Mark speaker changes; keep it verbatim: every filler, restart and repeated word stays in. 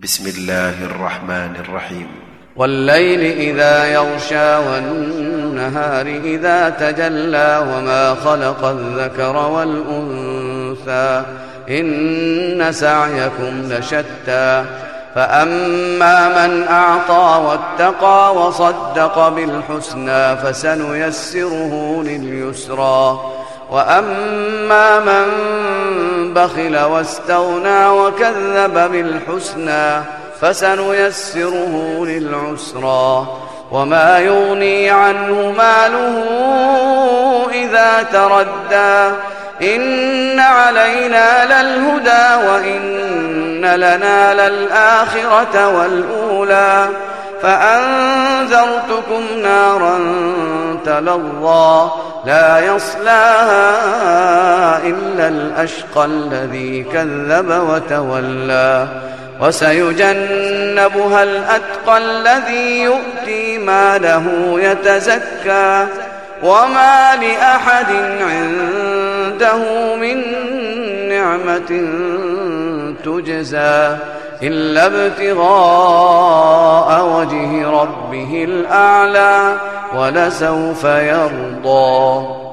Speaker 1: بسم الله الرحمن الرحيم
Speaker 2: والليل إذا يغشى والنهار إذا تجلى وما خلق الذكر والأنثى إن سعيكم لشتى فأما من أعطى واتقى وصدق بالحسنى فسنيسره لليسرى وأما من بخل واستغنى وكذب بالحسنى فسنيسره للعسرى وما يغني عنه ماله إذا تردى إن علينا للهدى وإن لنا للآخرة والأولى فأنذرتكم نارا تلظى لا يصلاها إلا الأشقى الذي كذب وتولى وسيجنبها الأتقى الذي يؤتي ماله يتزكى وما لأحد عنده من نعمة تجزى إلا ابتغاء وجه ربه الأعلى ولسوف يرضى.